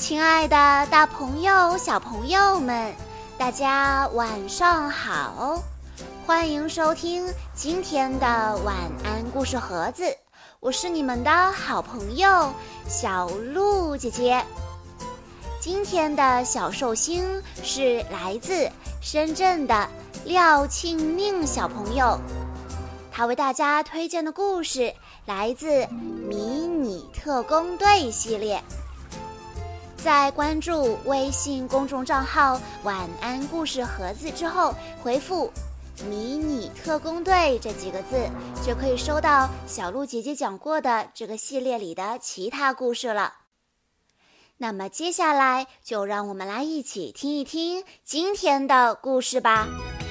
亲爱的大朋友、小朋友们，大家晚上好！欢迎收听今天的晚安故事盒子，我是你们的好朋友小鹿姐姐。今天的小寿星是来自深圳的廖庆宁小朋友，他为大家推荐的故事来自《迷你特工队》系列。在关注微信公众账号晚安故事盒子之后，回复迷你特工队这几个字，就可以收到小鹿姐姐讲过的这个系列里的其他故事了。那么接下来就让我们来一起听一听今天的故事吧。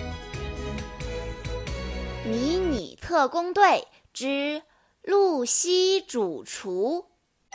迷你特工队之露西主厨。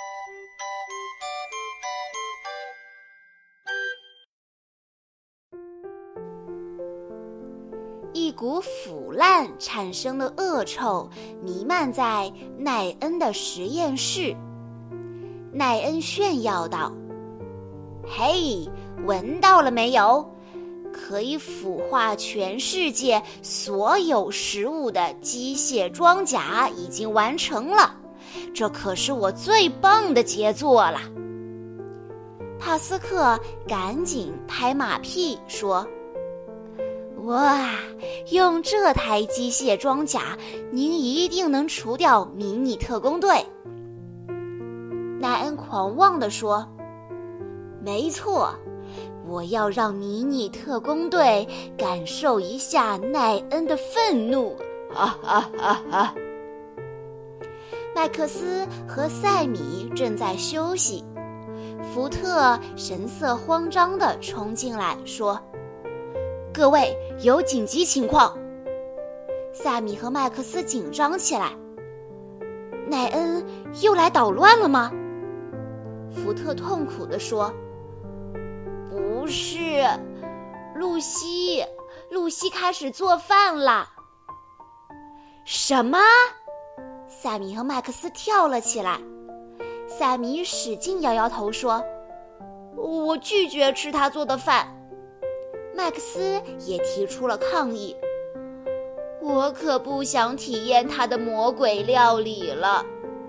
一股腐烂产生的恶臭弥漫在奈恩的实验室。奈恩炫耀道：“嘿，闻到了没有？可以腐化全世界所有食物的机械装甲已经完成了，这可是我最棒的杰作了。”帕斯克赶紧拍马屁说：“哇，用这台机械装甲，您一定能除掉迷你特工队。”奈恩狂妄地说：“没错，我要让迷你特工队感受一下奈恩的愤怒！”哈哈哈哈。麦克斯和塞米正在休息，福特神色慌张地冲进来说：“各位，有紧急情况！”塞米和麦克斯紧张起来。奈恩又来捣乱了吗？福特痛苦地说：“不是，露西开始做饭了。”什么？塞米和麦克斯跳了起来。塞米使劲摇摇头说：“我拒绝吃他做的饭。”麦克斯也提出了抗议：“我可不想体验他的魔鬼料理了。”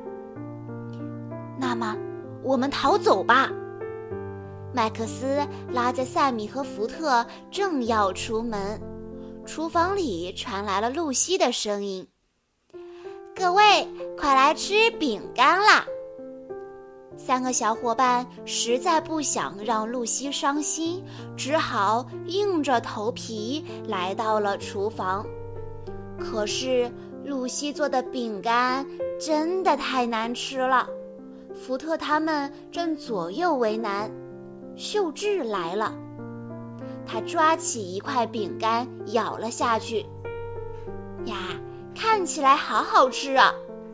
那么我们逃走吧。麦克斯拉着塞米和福特正要出门，厨房里传来了露西的声音：“各位，快来吃饼干啦！”三个小伙伴实在不想让露西伤心，只好硬着头皮来到了厨房。可是露西做的饼干真的太难吃了，福特他们正左右为难。秀智来了，他抓起一块饼干咬了下去。呀，看起来好好吃啊！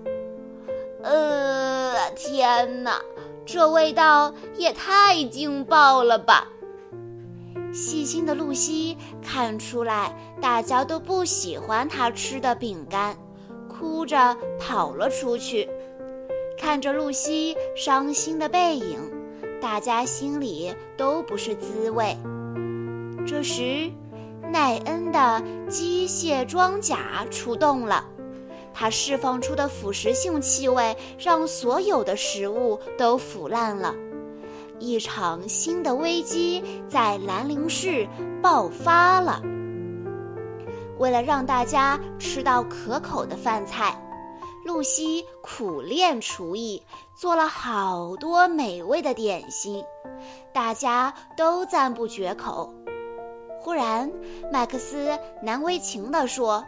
天哪，这味道也太劲爆了吧！细心的露西看出来大家都不喜欢她吃的饼干，哭着跑了出去。看着露西伤心的背影，大家心里都不是滋味。这时，奈恩的机械装甲出动了，它释放出的腐蚀性气味让所有的食物都腐烂了。一场新的危机在兰陵市爆发了。为了让大家吃到可口的饭菜，露西苦练厨艺，做了好多美味的点心，大家都赞不绝口。忽然，麦克斯难为情地说：“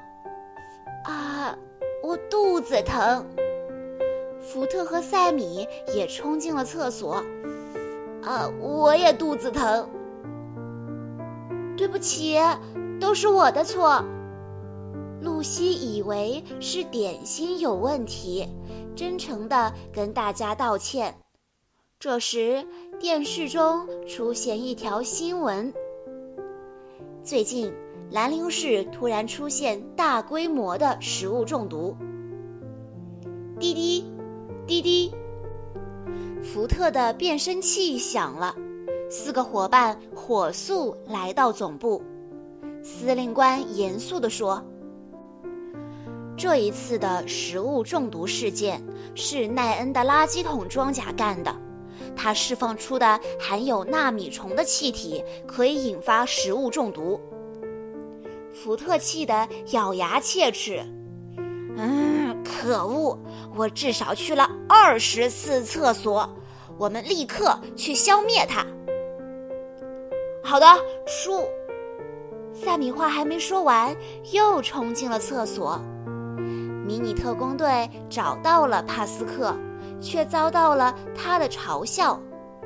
我肚子疼。”福特和塞米也冲进了厕所。我也肚子疼。对不起，都是我的错。露西以为是点心有问题，真诚地跟大家道歉。这时，电视中出现一条新闻：最近，兰陵市突然出现大规模的食物中毒。滴滴，滴滴， 福特的变声器响了，4个伙伴火速来到总部。司令官严肃地说：“这一次的食物中毒事件是奈恩的垃圾桶装甲干的，它释放出的含有纳米虫的气体可以引发食物中毒。”福特气得咬牙切齿：“可恶！我至少去了20次厕所，我们立刻去消灭它。”好的，叔。赛米话还没说完，又冲进了厕所。迷你特工队找到了帕斯克，却遭到了他的嘲笑。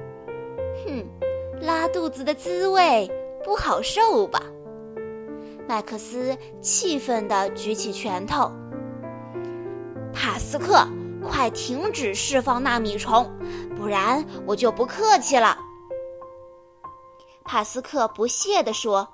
拉肚子的滋味不好受吧？麦克斯气愤地举起拳头。帕斯克，快停止释放纳米虫，不然我就不客气了。帕斯克不屑地说：“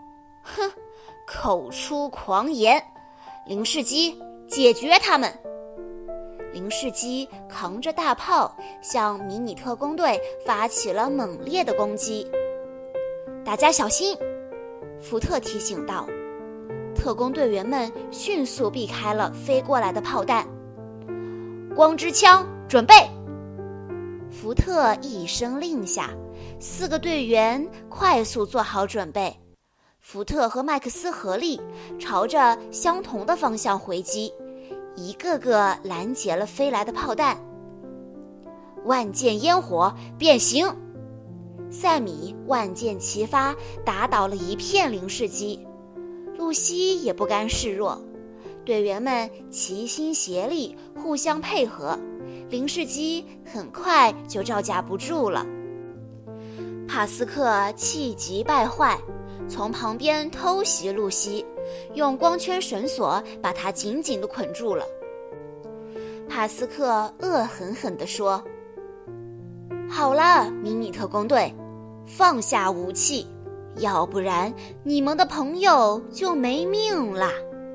口出狂言！零式机，解决他们！”零式机扛着大炮向迷你特工队发起了猛烈的攻击。大家小心！福特提醒道。特工队员们迅速避开了飞过来的炮弹。光之枪，准备！福特一声令下，4个队员快速做好准备。福特和麦克斯合力朝着相同的方向回击，一个个拦截了飞来的炮弹。万箭烟火，变形！赛米万箭齐发，打倒了一片零式机。露西也不甘示弱，队员们齐心协力，互相配合，零式机很快就招架不住了。帕斯克气急败坏，从旁边偷袭露西，用光圈绳索把她紧紧地捆住了。帕斯克恶狠狠地说：“好了，迷你特工队，放下武器，要不然你们的朋友就没命啦！”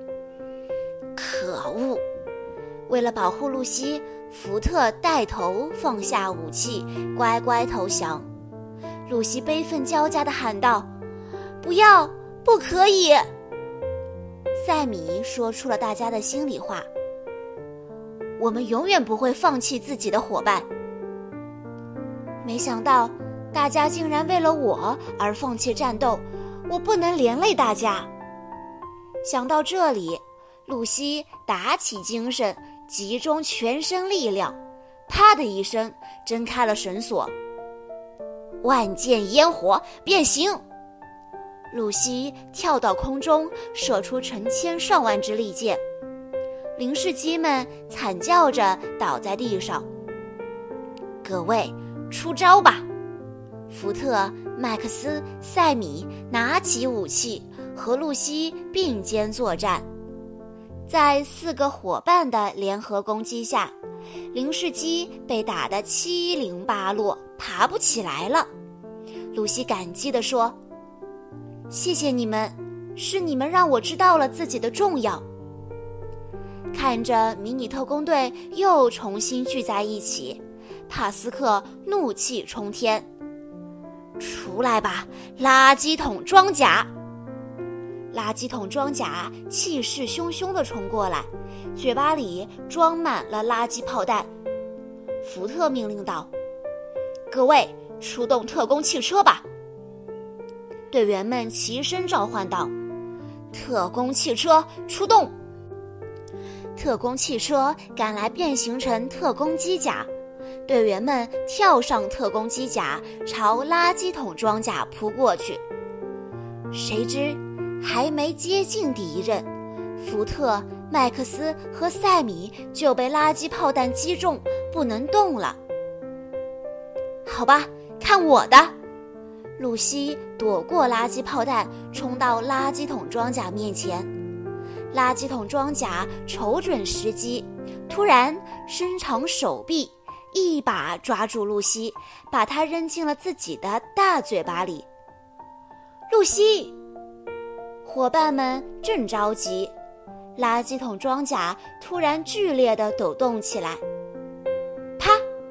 可恶！为了保护露西，福特带头放下武器，乖乖投降。露西悲愤交加地喊道：“不要，不可以！”赛米说出了大家的心里话：“我们永远不会放弃自己的伙伴。”没想到大家竟然为了我而放弃战斗，我不能连累大家。想到这里，露西打起精神，集中全身力量，啪的一声挣开了绳索。万箭烟火，变形！露西跳到空中，射出成千上万支利箭，零式机们惨叫着倒在地上。各位，出招吧！福特、麦克斯、赛米拿起武器，和露西并肩作战。在4个伙伴的联合攻击下，零式机被打得七零八落，爬不起来了。露西感激地说：“谢谢你们，是你们让我知道了自己的重要。”看着迷你特工队又重新聚在一起，帕斯克怒气冲天：“出来吧，垃圾桶装甲！”垃圾桶装甲气势汹汹地冲过来，嘴巴里装满了垃圾炮弹。福特命令道：“各位，出动特工汽车吧！”队员们齐声召唤道：“特工汽车出动！”特工汽车赶来变形成特工机甲，队员们跳上特工机甲，朝垃圾桶装甲扑过去。谁知还没接近敌人，福特、麦克斯和赛米就被垃圾炮弹击中，不能动了。好吧，看我的！露西躲过垃圾炮弹，冲到垃圾桶装甲面前。垃圾桶装甲瞅准时机，突然伸长手臂，一把抓住露西，把她扔进了自己的大嘴巴里。露西！伙伴们正着急，垃圾桶装甲突然剧烈地抖动起来。啪！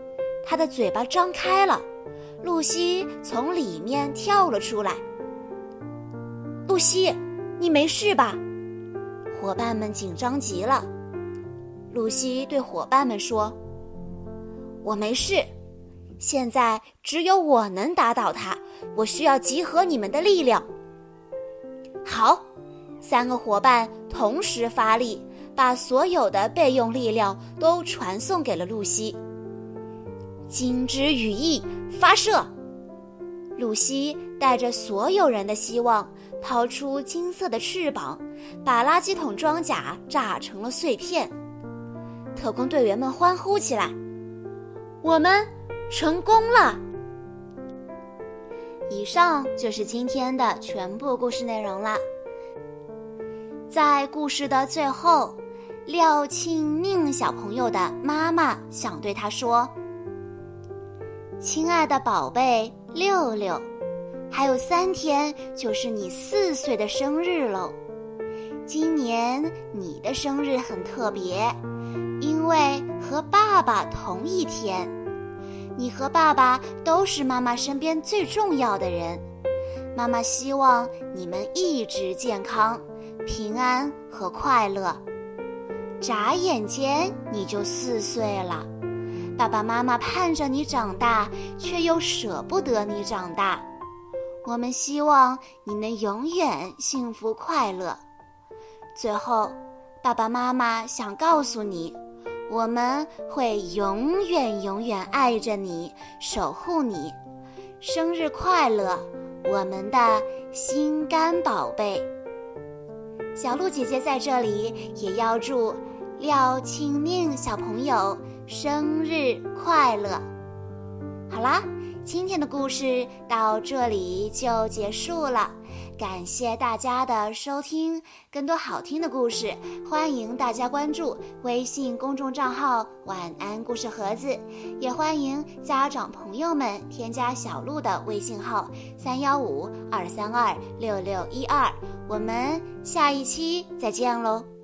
他的嘴巴张开了，露西从里面跳了出来。露西，你没事吧？伙伴们紧张极了。露西对伙伴们说：我没事，现在只有我能打倒他，我需要集合你们的力量。好，3个伙伴同时发力，把所有的备用力量都传送给了露西。金枝羽翼发射，露西带着所有人的希望，抛出金色的翅膀，把垃圾桶装甲炸成了碎片。特工队员们欢呼起来：我们成功了！以上就是今天的全部故事内容了。在故事的最后，廖庆宁小朋友的妈妈想对他说：亲爱的宝贝六六，还有3天就是你4岁的生日喽。今年你的生日很特别，因为和爸爸同一天。你和爸爸都是妈妈身边最重要的人，妈妈希望你们一直健康、平安和快乐。眨眼间你就4岁了，爸爸妈妈盼着你长大，却又舍不得你长大。我们希望你能永远幸福快乐。最后，爸爸妈妈想告诉你，我们会永远永远爱着你，守护你。生日快乐，我们的心肝宝贝。小鹿姐姐在这里也要祝廖庆宁小朋友生日快乐。好啦，今天的故事到这里就结束了，感谢大家的收听。更多好听的故事，欢迎大家关注微信公众账号晚安故事盒子，也欢迎家长朋友们添加小鹿的微信号315-232-6612。我们下一期再见喽。